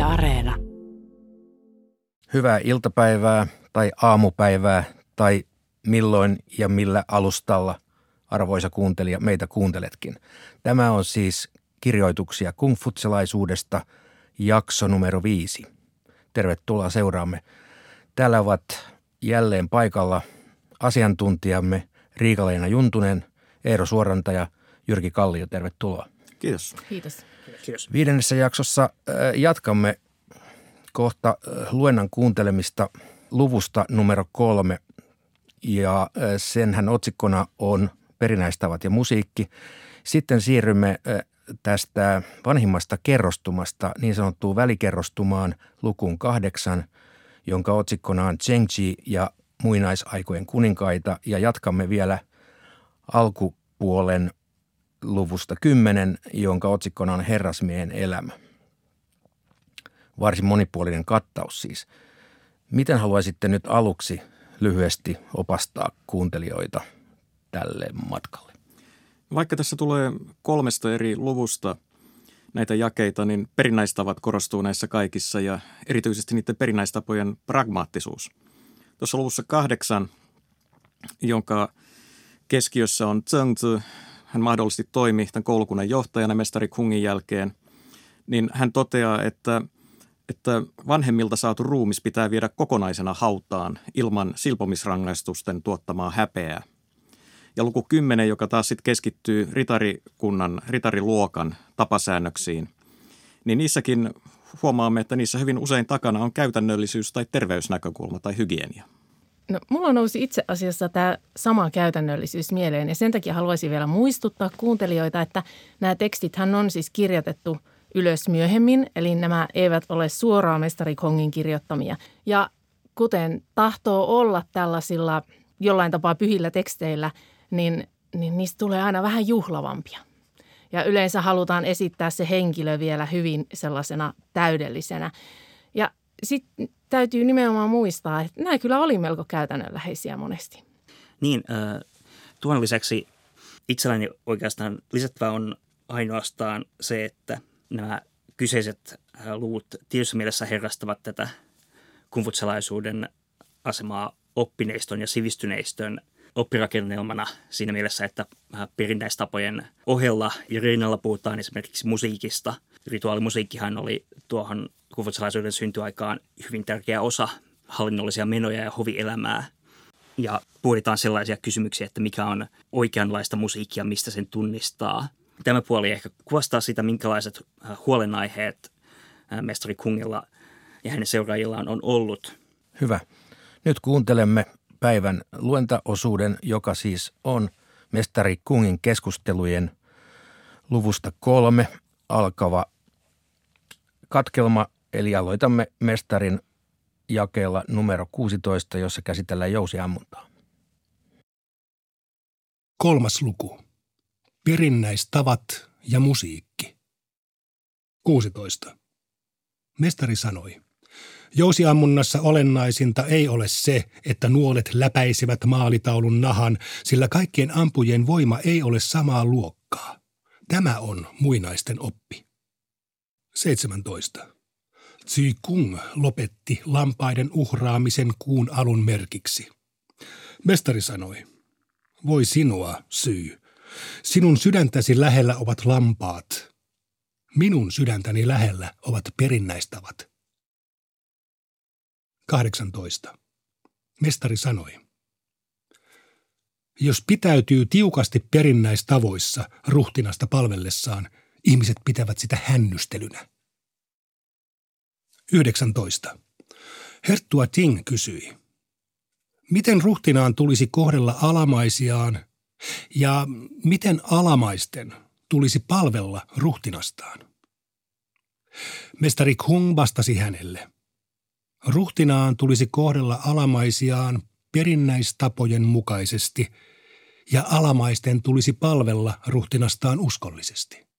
Areena. Hyvää iltapäivää tai aamupäivää tai milloin ja millä alustalla, arvoisa kuuntelija, meitä kuunteletkin. Tämä on siis kirjoituksia kungfutselaisuudesta, jakso numero 5. Tervetuloa seuraamme. Täällä ovat jälleen paikalla asiantuntijamme Riika-Leena Juntunen, Eero Suorantaja, Jyrki Kallio. Tervetuloa. Kiitos. Kiitos. Kiitos. 5. jaksossa jatkamme kohta luennan kuuntelemista luvusta numero 3 ja senhän otsikkona on Perinnäistavat ja musiikki. Sitten siirrymme tästä vanhimmasta kerrostumasta niin sanottuun välikerrostumaan lukuun 8, jonka otsikkona on Zhengzhi ja muinaisaikojen kuninkaita, ja jatkamme vielä alkupuolen luvusta 10, jonka otsikkona on Herrasmiehen elämä. Varsin monipuolinen kattaus siis. Miten haluaisitte nyt aluksi lyhyesti opastaa kuuntelijoita tälle matkalle? Vaikka tässä tulee 3 eri luvusta näitä jakeita, niin perinnäistavat korostuu näissä kaikissa ja erityisesti niiden perinnäistapojen pragmaattisuus. Tuossa luvussa 8, jonka keskiössä on Zhengzhi, hän mahdollisesti toimi tämän koulukunnan johtajana mestari Kungin jälkeen, niin hän toteaa, että vanhemmilta saatu ruumis pitää viedä kokonaisena hautaan ilman silpomisrangaistusten tuottamaa häpeää. Ja luku 10, joka taas sitten keskittyy ritariluokan tapasäännöksiin, niin niissäkin huomaamme, että niissä hyvin usein takana on käytännöllisyys tai terveysnäkökulma tai hygienia. No, mulla nousi itse asiassa tämä sama käytännöllisyys mieleen ja sen takia haluaisin vielä muistuttaa kuuntelijoita, että nämä tekstithän on siis kirjoitettu ylös myöhemmin, eli nämä eivät ole suoraan mestari Kongin kirjoittamia. Ja kuten tahtoo olla tällaisilla jollain tapaa pyhillä teksteillä, niin niistä tulee aina vähän juhlavampia. Ja yleensä halutaan esittää se henkilö vielä hyvin sellaisena täydellisenä. Ja sitten täytyy nimenomaan muistaa, että nämä kyllä oli melko käytännönläheisiä monesti. Niin, tuon lisäksi itselläni oikeastaan lisättävä on ainoastaan se, että nämä kyseiset luvut tietyssä mielessä herrastavat tätä kungfutselaisuuden asemaa oppineiston ja sivistyneistön oppirakennelmana siinä mielessä, että perinnäistapojen ohella ja rinnalla puhutaan esimerkiksi musiikista. Rituaalimusiikkihan oli tuohon kungfutselaisuuden syntyaikaan hyvin tärkeä osa hallinnollisia menoja ja hovielämää. Ja pohditaan sellaisia kysymyksiä, että mikä on oikeanlaista musiikkia, mistä sen tunnistaa. Tämä puoli ehkä kuvastaa sitä, minkälaiset huolenaiheet mestari Kungilla ja hänen seuraajillaan on ollut. Hyvä. Nyt kuuntelemme päivän luentaosuuden, joka siis on mestari Kungin keskustelujen luvusta 3 alkava katkelma. Eli aloitamme mestarin jakeella numero 16, jossa käsitellään jousiammuntaa. 3. luku. Perinnäistavat ja musiikki. 16. Mestari sanoi: jousiammunnassa olennaisinta ei ole se, että nuolet läpäisivät maalitaulun nahan, sillä kaikkien ampujien voima ei ole samaa luokkaa. Tämä on muinaisten oppi. 17. Zhi Kung lopetti lampaiden uhraamisen kuun alun merkiksi. Mestari sanoi: voi sinua, Zhi. Sinun sydäntäsi lähellä ovat lampaat. Minun sydäntäni lähellä ovat perinnäistavat. 18. Mestari sanoi: jos pitäytyy tiukasti perinnäistavoissa ruhtinasta palvellessaan, ihmiset pitävät sitä hännystelynä. 19. Herttua Ting kysyi: miten ruhtinaan tulisi kohdella alamaisiaan ja miten alamaisten tulisi palvella ruhtinastaan? Mestari Kung vastasi hänelle: ruhtinaan tulisi kohdella alamaisiaan perinnäistapojen mukaisesti ja alamaisten tulisi palvella ruhtinastaan uskollisesti.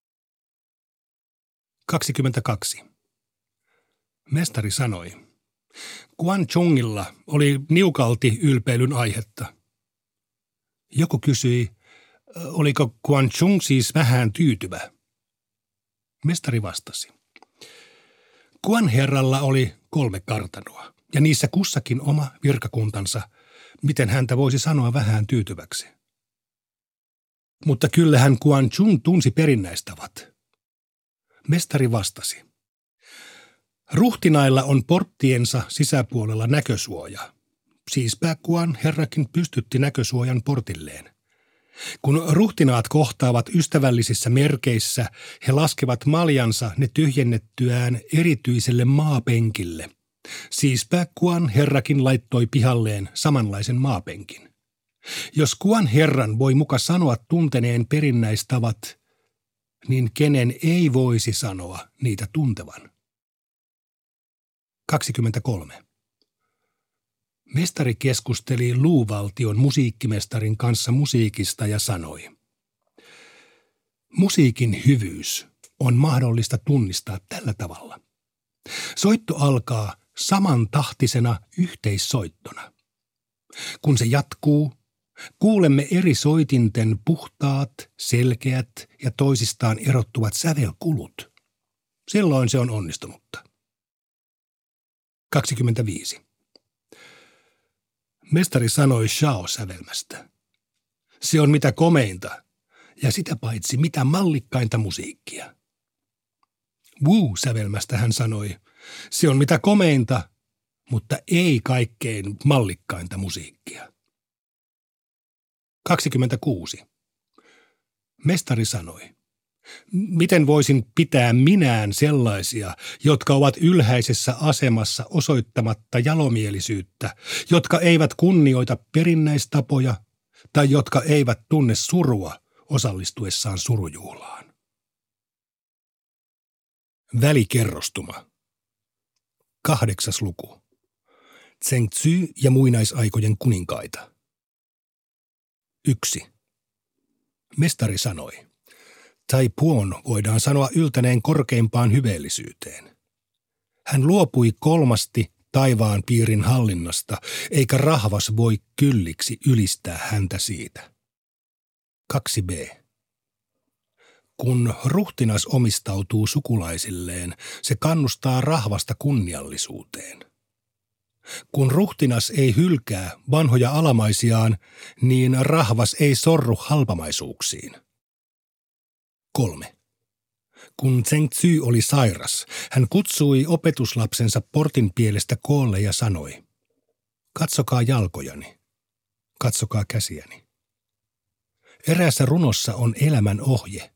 22. Mestari sanoi: Guangzhongilla oli niukalti ylpeilyn aihetta. Joku kysyi, oliko Guangzhong siis vähän tyytyvä? Mestari vastasi: Kuan herralla oli 3 kartanoa, ja niissä kussakin oma virkakuntansa, miten häntä voisi sanoa vähän tyytyväksi. Mutta kyllähän Kuan Chung tunsi perinnäistavat. Mestari vastasi. Ruhtinailla on porttiensa sisäpuolella näkösuoja. Siispä Kuan herrakin pystytti näkösuojan portilleen. Kun ruhtinaat kohtaavat ystävällisissä merkeissä, he laskevat maljansa ne tyhjennettyään erityiselle maapenkille. Siispä Kuan herrakin laittoi pihalleen samanlaisen maapenkin. Jos Kuan herran voi muka sanoa tunteneen perinnäistavat, niin kenen ei voisi sanoa niitä tuntevan. 23. Mestari keskusteli Luuvaltion musiikkimestarin kanssa musiikista ja sanoi. Musiikin hyvyys on mahdollista tunnistaa tällä tavalla. Soitto alkaa samantahtisena yhteissoittona. Kun se jatkuu, kuulemme eri soitinten puhtaat, selkeät ja toisistaan erottuvat sävelkulut. Silloin se on onnistunutta. 25. Mestari sanoi Shao-sävelmästä. Se on mitä komeinta ja sitä paitsi mitä mallikkainta musiikkia. Wu-sävelmästä hän sanoi. Se on mitä komeinta, mutta ei kaikkein mallikkainta musiikkia. 26. Mestari sanoi. Miten voisin pitää minään sellaisia, jotka ovat ylhäisessä asemassa osoittamatta jalomielisyyttä, jotka eivät kunnioita perinnäistapoja tai jotka eivät tunne surua osallistuessaan surujuhlaan? Välikerrostuma. 8. luku. Zhengzhi ja muinaisaikojen kuninkaita. 1. Mestari sanoi. Taipuon voidaan sanoa yltäneen korkeimpaan hyveellisyyteen. Hän luopui 3 taivaan piirin hallinnasta, eikä rahvas voi kylliksi ylistää häntä siitä. 2b. Kun ruhtinas omistautuu sukulaisilleen, se kannustaa rahvasta kunniallisuuteen. Kun ruhtinas ei hylkää vanhoja alamaisiaan, niin rahvas ei sorru halpamaisuuksiin. 3. Kun Zhengzhi oli sairas, hän kutsui opetuslapsensa portin pielestä koolle ja sanoi, katsokaa jalkojani, katsokaa käsiäni. Eräässä runossa on elämän ohje.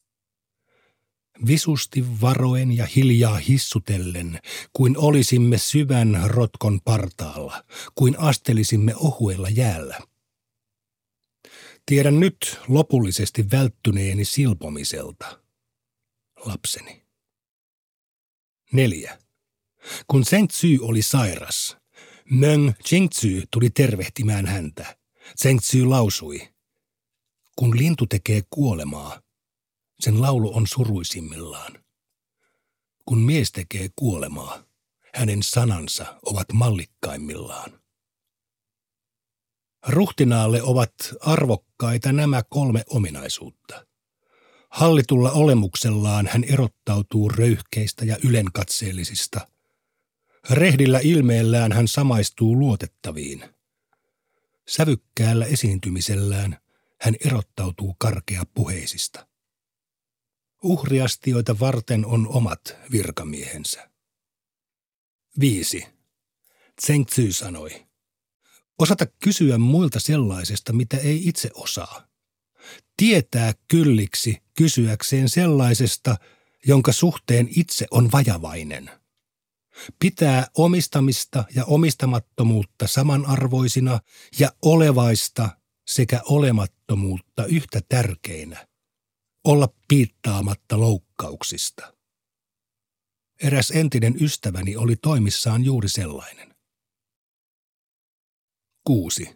Visusti varoen ja hiljaa hissutellen, kuin olisimme syvän rotkon partaalla, kuin astelisimme ohuella jäällä. Tiedän nyt lopullisesti välttyneeni silpomiselta, lapseni. 4. Kun Zhengzhi oli sairas, Meng Jingzhi tuli tervehtimään häntä. Zhengzhi lausui, kun lintu tekee kuolemaa, sen laulu on suruisimmillaan. Kun mies tekee kuolemaa, hänen sanansa ovat mallikkaimmillaan. Ruhtinaalle ovat arvokkaita nämä 3 ominaisuutta. Hallitulla olemuksellaan hän erottautuu röyhkeistä ja ylenkatseellisista. Rehdillä ilmeellään hän samaistuu luotettaviin. Sävykkäällä esiintymisellään hän erottautuu karkeapuheisista. Uhriastioita varten on omat virkamiehensä. 5. Zhengzhi sanoi. Osata kysyä muilta sellaisesta, mitä ei itse osaa. Tietää kylliksi kysyäkseen sellaisesta, jonka suhteen itse on vajavainen. Pitää omistamista ja omistamattomuutta samanarvoisina ja olevaista sekä olemattomuutta yhtä tärkeinä. Olla piittaamatta loukkauksista. Eräs entinen ystäväni oli toimissaan juuri sellainen. 6.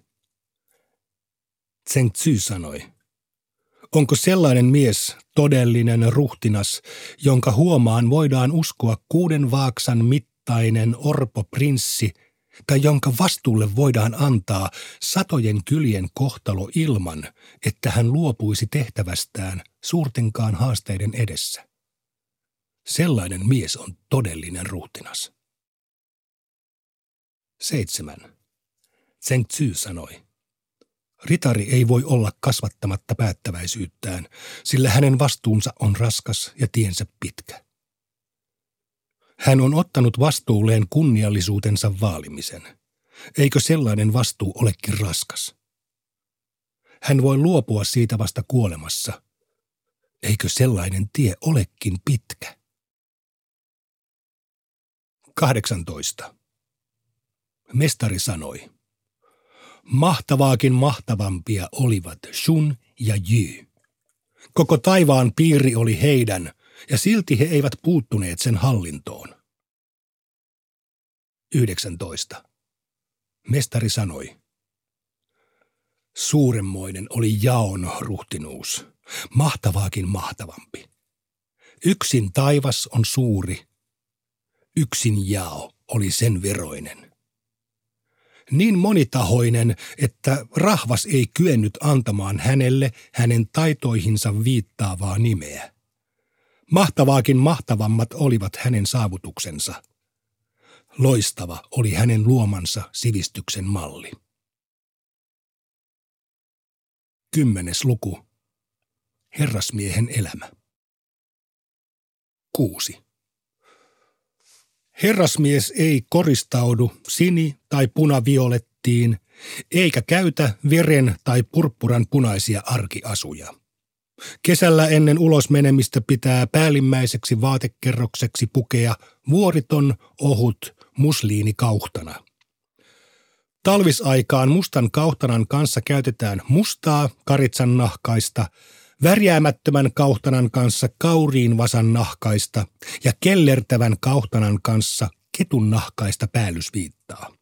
Zhengzhi sanoi, onko sellainen mies todellinen ruhtinas, jonka huomaan voidaan uskoa 6 vaaksan mittainen orpoprinssi, tai jonka vastuulle voidaan antaa 100 kylien kohtalo ilman, että hän luopuisi tehtävästään suurtenkaan haasteiden edessä. Sellainen mies on todellinen ruhtinas. 7. Zheng Zhi sanoi, ritari ei voi olla kasvattamatta päättäväisyyttään, sillä hänen vastuunsa on raskas ja tiensä pitkä. Hän on ottanut vastuulleen kunniallisuutensa vaalimisen. Eikö sellainen vastuu olekin raskas? Hän voi luopua siitä vasta kuolemassa. Eikö sellainen tie olekin pitkä? 18. Mestari sanoi, mahtavaakin mahtavampia olivat Shun ja Yi. Koko taivaan piiri oli heidän, ja silti he eivät puuttuneet sen hallintoon. 19. Mestari sanoi, suuremmoinen oli Jaon ruhtinuus, mahtavaakin mahtavampi. Yksin taivas on suuri, yksin Jao oli sen veroinen. Niin monitahoinen, että rahvas ei kyennyt antamaan hänelle hänen taitoihinsa viittaavaa nimeä. Mahtavaakin mahtavammat olivat hänen saavutuksensa. Loistava oli hänen luomansa sivistyksen malli. 10. luku. Herrasmiehen elämä. 6. Herrasmies ei koristaudu sini- tai punaviolettiin, eikä käytä veren- tai purppuran punaisia arkiasuja. Kesällä ennen ulosmenemistä pitää päällimmäiseksi vaatekerrokseksi pukea vuoriton, ohut musliinikauhtana. Talvisaikaan mustan kauhtanan kanssa käytetään mustaa karitsan nahkaista, värjäämättömän kauhtanan kanssa kauriinvasan nahkaista ja kellertävän kauhtanan kanssa ketun nahkaista päällysviittaa.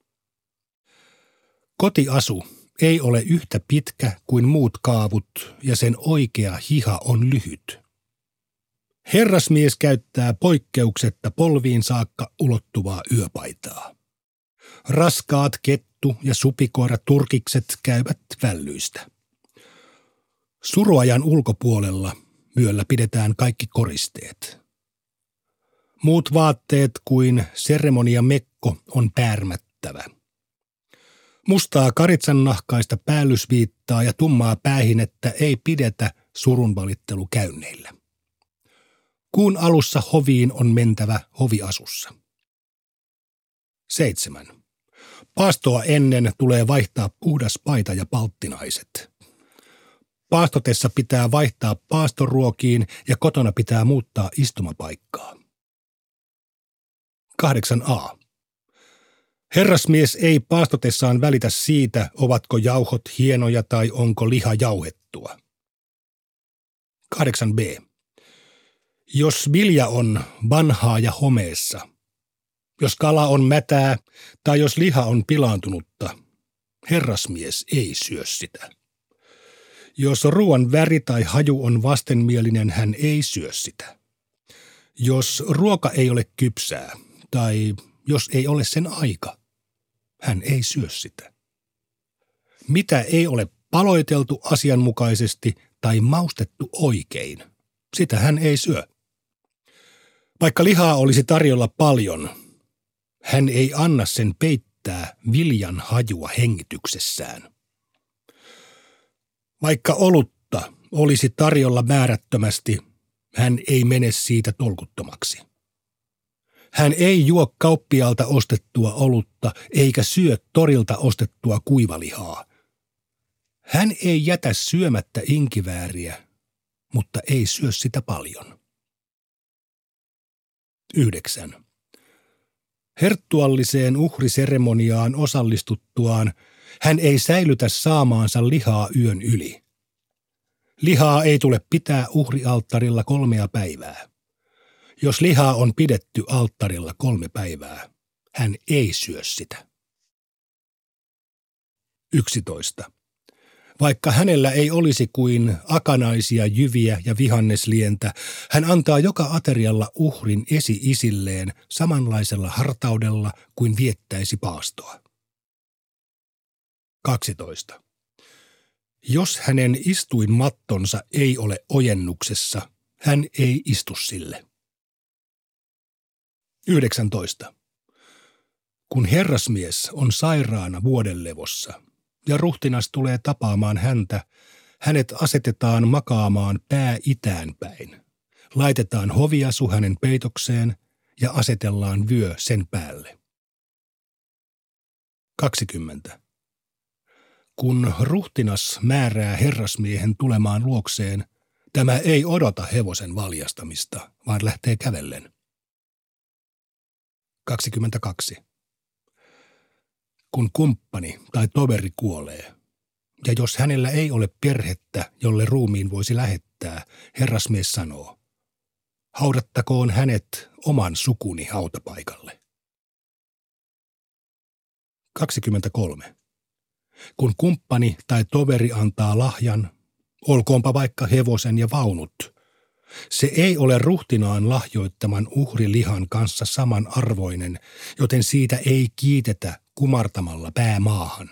Kotiasu ei ole yhtä pitkä kuin muut kaavut ja sen oikea hiha on lyhyt. Herrasmies käyttää poikkeuksetta polviin saakka ulottuvaa yöpaitaa. Raskaat kettu- ja supikoiraturkikset käyvät vällyistä. Suruajan ulkopuolella yöllä pidetään kaikki koristeet. Muut vaatteet kuin seremoniamekko on päärmättävä. Mustaa karitsannahkaista päällysviittaa ja tummaa päähinettä ei pidetä surunvalittelukäynneillä. Kuun alussa hoviin on mentävä hoviasussa. 7. Paastoa ennen tulee vaihtaa puhdas paita ja palttinaiset. Paastotessa pitää vaihtaa paastoruokiin ja kotona pitää muuttaa istumapaikkaa. 8a. Herrasmies ei paastotessaan välitä siitä, ovatko jauhot hienoja tai onko liha jauhettua. 8b. Jos vilja on vanhaa ja homeessa, jos kala on mätää tai jos liha on pilaantunutta, herrasmies ei syö sitä. Jos ruoan väri tai haju on vastenmielinen, hän ei syö sitä. Jos ruoka ei ole kypsää tai jos ei ole sen aika, hän ei syö sitä. Mitä ei ole paloiteltu asianmukaisesti tai maustettu oikein, sitä hän ei syö. Vaikka lihaa olisi tarjolla paljon, hän ei anna sen peittää viljan hajua hengityksessään. Vaikka olutta olisi tarjolla määrättömästi, hän ei mene siitä tolkuttomaksi. Hän ei juo kauppialta ostettua olutta eikä syö torilta ostettua kuivalihaa. Hän ei jätä syömättä inkivääriä, mutta ei syö sitä paljon. 9. Herttualliseen uhriseremoniaan osallistuttuaan hän ei säilytä saamaansa lihaa yön yli. Lihaa ei tule pitää uhrialttarilla 3 päivää. Jos lihaa on pidetty alttarilla 3 päivää, hän ei syö sitä. 11. Vaikka hänellä ei olisi kuin akanaisia jyviä ja vihanneslientä, hän antaa joka aterialla uhrin esi-isilleen samanlaisella hartaudella kuin viettäisi paastoa. 12. Jos hänen istuinmattonsa ei ole ojennuksessa, hän ei istu sille. 19. Kun herrasmies on sairaana vuodenlevossa ja ruhtinas tulee tapaamaan häntä, hänet asetetaan makaamaan pää itään päin. Laitetaan hoviasu hänen peitokseen ja asetellaan vyö sen päälle. 20. Kun ruhtinas määrää herrasmiehen tulemaan luokseen, tämä ei odota hevosen valjastamista, vaan lähtee kävellen. 22. Kun kumppani tai toveri kuolee, ja jos hänellä ei ole perhettä, jolle ruumiin voisi lähettää, herrasmies sanoo, haudattakoon hänet oman sukuni hautapaikalle. 23. Kun kumppani tai toveri antaa lahjan, olkoonpa vaikka hevosen ja vaunut, se ei ole ruhtinaan lahjoittaman uhrilihan kanssa samanarvoinen, joten siitä ei kiitetä kumartamalla pää maahan.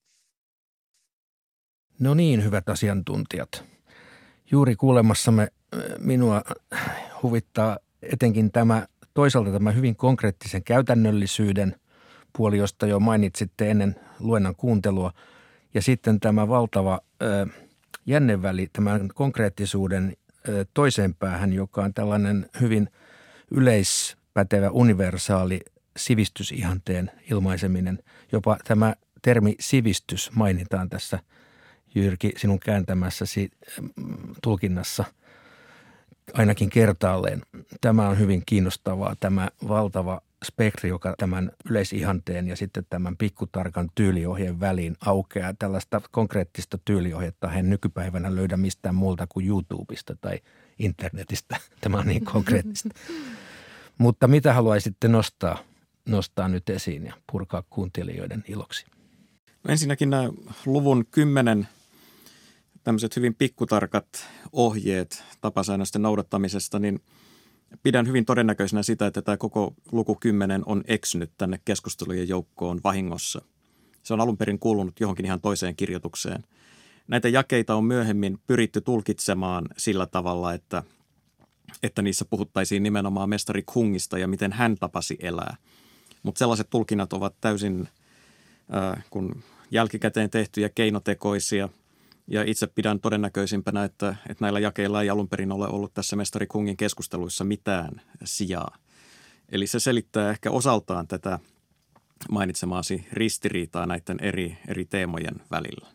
No niin, hyvät asiantuntijat. Juuri kuulemassamme minua huvittaa etenkin toisaalta tämä hyvin konkreettisen käytännöllisyyden puoli, josta jo mainitsitte ennen luennan kuuntelua, ja sitten tämä valtava jänneväli tämän konkreettisuuden toiseen päähän, joka on tällainen hyvin yleispätevä, universaali sivistysihanteen ilmaiseminen. Jopa tämä termi sivistys mainitaan tässä, Jyrki, sinun kääntämässäsi tulkinnassa ainakin kertaalleen. Tämä on hyvin kiinnostavaa, tämä valtava spektri, joka tämän yleisihanteen ja sitten tämän pikkutarkan tyyliohjeen väliin aukeaa. Tällaista konkreettista tyyliohjetta en nykypäivänä löydä mistään muulta kuin YouTubesta tai internetistä. Tämä on niin konkreettista. Mutta mitä haluaisitte nostaa nyt esiin ja purkaa kuuntelijoiden iloksi? Ensinnäkin nämä luvun 10 tämmöiset hyvin pikkutarkat ohjeet tapasäännösten noudattamisesta, niin pidän hyvin todennäköisenä sitä, että tämä koko luku 10 on eksynyt tänne keskustelujen joukkoon vahingossa. Se on alun perin kuulunut johonkin ihan toiseen kirjoitukseen. Näitä jakeita on myöhemmin pyritty tulkitsemaan sillä tavalla, että niissä puhuttaisiin nimenomaan mestari Kungista ja miten hän tapasi elää. Mutta sellaiset tulkinnat ovat täysin kun jälkikäteen tehtyjä, keinotekoisia. Ja itse pidän todennäköisimpänä, että näillä jakeilla ei alun perin ole ollut tässä mestari Kungin keskusteluissa mitään sijaa. Eli se selittää ehkä osaltaan tätä mainitsemaasi ristiriitaa näiden eri teemojen välillä.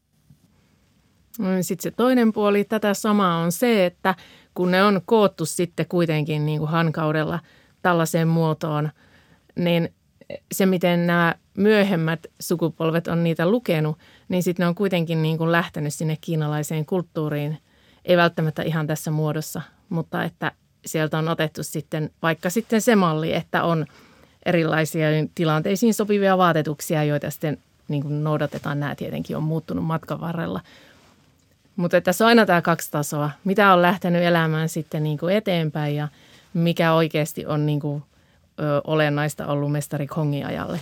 Sitten se toinen puoli tätä samaa on se, että kun ne on koottu sitten kuitenkin niin kuin hankaudella tällaiseen muotoon, niin se, miten nämä myöhemmät sukupolvet on niitä lukenut, niin sitten ne on kuitenkin niin kuin lähtenyt sinne kiinalaiseen kulttuuriin. Ei välttämättä ihan tässä muodossa, mutta että sieltä on otettu sitten vaikka sitten se malli, että on erilaisia tilanteisiin sopivia vaatetuksia, joita sitten niin kuin noudatetaan. Nämä tietenkin on muuttunut matkan varrella. Mutta tässä on aina tämä 2 tasoa. Mitä on lähtenyt elämään sitten niin kuin eteenpäin ja mikä oikeasti on niin kuin olennaista ollut mestari Kongin ajalle.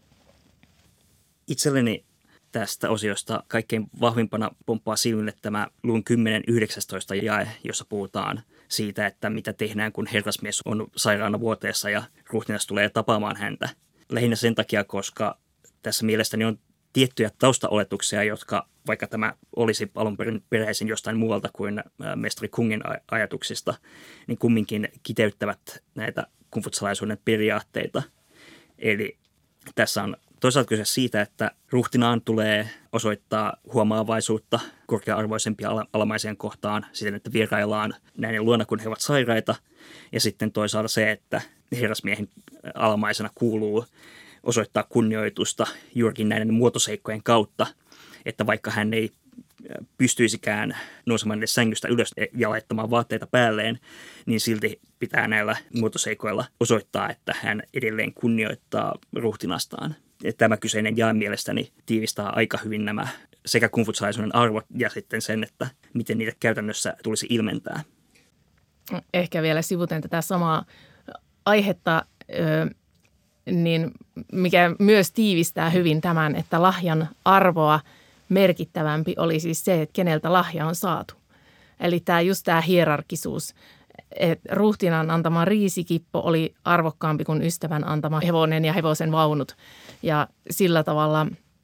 Itselleni tästä osiosta kaikkein vahvimpana pomppaa silmille tämä luvun 10.19. jae, jossa puhutaan siitä, että mitä tehdään, kun herrasmies on sairaana vuoteessa ja ruhtinas tulee tapaamaan häntä. Lähinnä sen takia, koska tässä mielestäni on tiettyjä taustaoletuksia, jotka vaikka tämä olisi alun perin peräisin jostain muualta kuin mestari Kungin ajatuksista, niin kumminkin kiteyttävät näitä kungfutsalaisuuden periaatteita. Eli tässä on toisaalta kyse siitä, että ruhtinaan tulee osoittaa huomaavaisuutta korkea-arvoisempia alamaiseen kohtaan siten, että vieraillaan näiden luona, kun he ovat sairaita. Ja sitten toisaalta se, että herrasmiehen alamaisena kuuluu osoittaa kunnioitusta juurikin näiden muotoseikkojen kautta, että vaikka hän ei pystyisikään nousemaan edes sängystä ylös ja laittamaan vaatteita päälleen, niin silti pitää näillä muotoseikoilla osoittaa, että hän edelleen kunnioittaa ruhtinastaan. Tämä kyseinen jae mielestäni tiivistää aika hyvin nämä sekä kungfutsalaisuuden arvot ja sitten sen, että miten niitä käytännössä tulisi ilmentää. Ehkä vielä sivuten tätä samaa aihetta, niin mikä myös tiivistää hyvin tämän, että lahjan arvoa merkittävämpi oli siis se, että keneltä lahja on saatu. Eli just tämä hierarkisuus, että ruhtinaan antama riisikippo oli arvokkaampi kuin ystävän antama hevonen ja hevosen vaunut. Ja sillä tavalla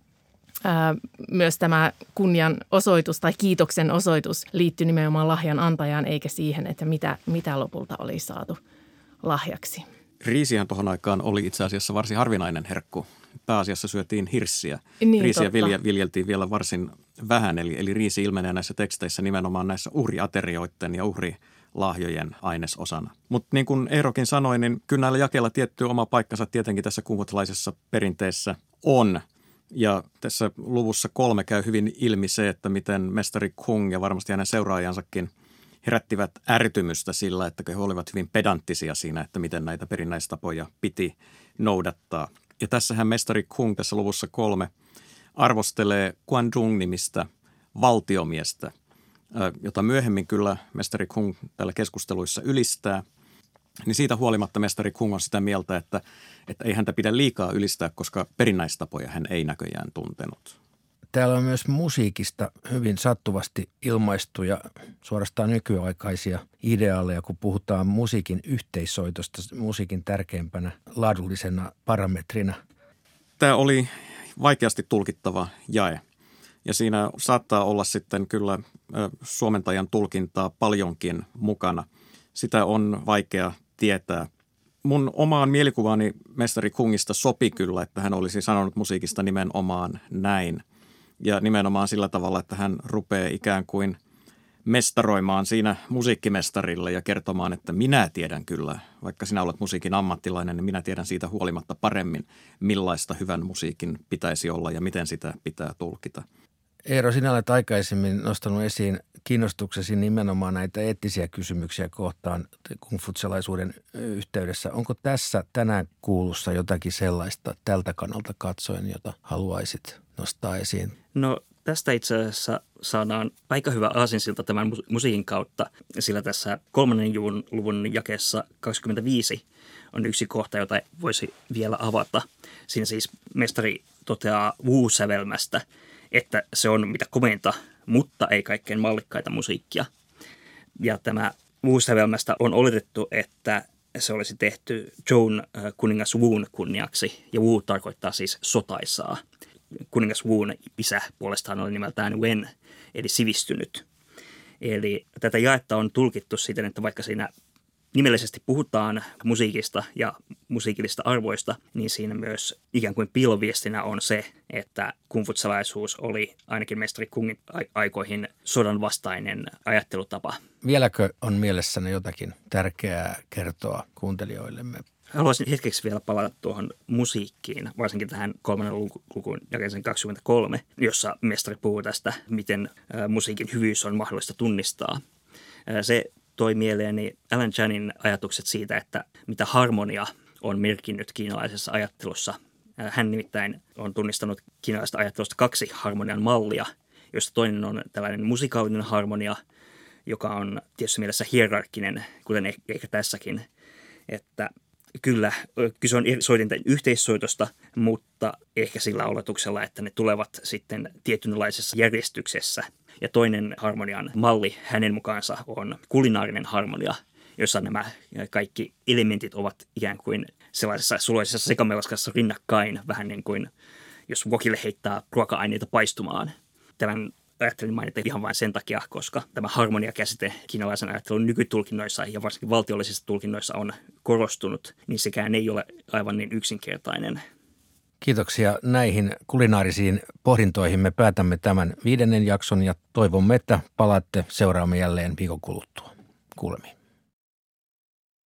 myös tämä kunnian osoitus tai kiitoksen osoitus liittyi nimenomaan lahjan antajaan eikä siihen, että mitä lopulta oli saatu lahjaksi. Riisihän tuohon aikaan oli itse asiassa varsin harvinainen herkku. Pääasiassa syötiin hirssiä. Niin, riisiä viljeltiin vielä varsin vähän, eli riisi ilmenee näissä teksteissä nimenomaan näissä uhriaterioiden ja uhrilahjojen ainesosana. Mutta niin kuin Eerokin sanoi, niin kyllä näillä jakeilla tietty oma paikkansa tietenkin tässä kungfutsalaisessa perinteessä on. Ja tässä luvussa 3 käy hyvin ilmi se, että miten mestari Kung ja varmasti hänen seuraajansakin herättivät ärtymystä sillä, että he olivat hyvin pedanttisia siinä, että miten näitä perinnäistapoja piti noudattaa. Ja tässähän mestari Kung tässä luvussa 3 arvostelee Guangdong-nimistä valtiomiestä, jota myöhemmin kyllä mestari Kung täällä keskusteluissa ylistää. Niin siitä huolimatta mestari Kung on sitä mieltä, että ei häntä pidä liikaa ylistää, koska perinnäistapoja hän ei näköjään tuntenut. Täällä on myös musiikista hyvin sattuvasti ilmaistuja suorastaan nykyaikaisia ideaaleja, kun puhutaan musiikin yhteissoitosta, musiikin tärkeimpänä laadullisena parametrina. Tämä oli vaikeasti tulkittava jae ja siinä saattaa olla sitten kyllä suomentajan tulkintaa paljonkin mukana. Sitä on vaikea tietää. Mun omaan mielikuvaani mestari Kungista sopi kyllä, että hän olisi sanonut musiikista nimenomaan näin. Ja nimenomaan sillä tavalla, että hän rupeaa ikään kuin mestaroimaan siinä musiikkimestarille ja kertomaan, että minä tiedän kyllä, vaikka sinä olet musiikin ammattilainen, niin minä tiedän siitä huolimatta paremmin, millaista hyvän musiikin pitäisi olla ja miten sitä pitää tulkita. Eero, sinä olet aikaisemmin nostanut esiin kiinnostuksesi nimenomaan näitä eettisiä kysymyksiä kohtaan kungfutsalaisuuden yhteydessä. Onko tässä tänään kuulussa jotakin sellaista tältä kannalta katsoen, jota haluaisit nostaa esiin? No tästä itse asiassa saadaan aika hyvä aasinsilta tämän musiikin kautta, sillä tässä 3. luvun jakeessa 25 on yksi kohta, jota voisi vielä avata. Siinä siis mestari toteaa Wu-sävelmästä, että se on mitä komeinta, mutta ei kaikkein mallikkaita musiikkia. Ja tämä Wu-sävelmästä on oletettu, että se olisi tehty Zhou kuningas Wun kunniaksi, ja Wu tarkoittaa siis sotaisaa. Kuningas Wun isä puolestaan oli nimeltään Wen, eli sivistynyt. Eli tätä jaetta on tulkittu siten, että vaikka siinä nimellisesti puhutaan musiikista ja musiikillisista arvoista, niin siinä myös ikään kuin piiloviestinä on se, että kungfutsalaisuus oli ainakin mestari Kungin aikoihin sodan vastainen ajattelutapa. Vieläkö on mielessäni jotakin tärkeää kertoa kuuntelijoillemme? Haluaisin hetkeksi vielä palata tuohon musiikkiin, varsinkin tähän 3. lukuun jakeeseen 23, jossa mestari puhuu tästä, miten musiikin hyvyys on mahdollista tunnistaa. Se toi mieleeni Alan Chanin ajatukset siitä, että mitä harmonia on merkinnyt kiinalaisessa ajattelussa. Hän nimittäin on tunnistanut kiinalaisesta ajattelusta 2 harmonian mallia, joista toinen on tällainen musikaalinen harmonia, joka on tietysti mielessä hierarkkinen, kuten ehkä tässäkin, että kyllä, kyse on soitinten yhteissoitosta, mutta ehkä sillä oletuksella, että ne tulevat sitten tietynlaisessa järjestyksessä. Ja toinen harmonian malli hänen mukaansa on kulinaarinen harmonia, jossa nämä kaikki elementit ovat ikään kuin sellaisessa suloisessa sekamelskassa rinnakkain, vähän niin kuin jos wokille heittää ruoka-aineita paistumaan. Tämän ajattelin mainita ihan vain sen takia, koska tämä harmonia-käsite kiinalaisen ajattelun nykytulkinnoissa ja varsinkin valtiollisissa tulkinnoissa on korostunut, niin sekään ei ole aivan niin yksinkertainen. Kiitoksia näihin kulinaarisiin pohdintoihin. Me päätämme tämän 5. jakson ja toivomme, että palaatte seuraamme jälleen viikon kuluttua. Kuulemiin.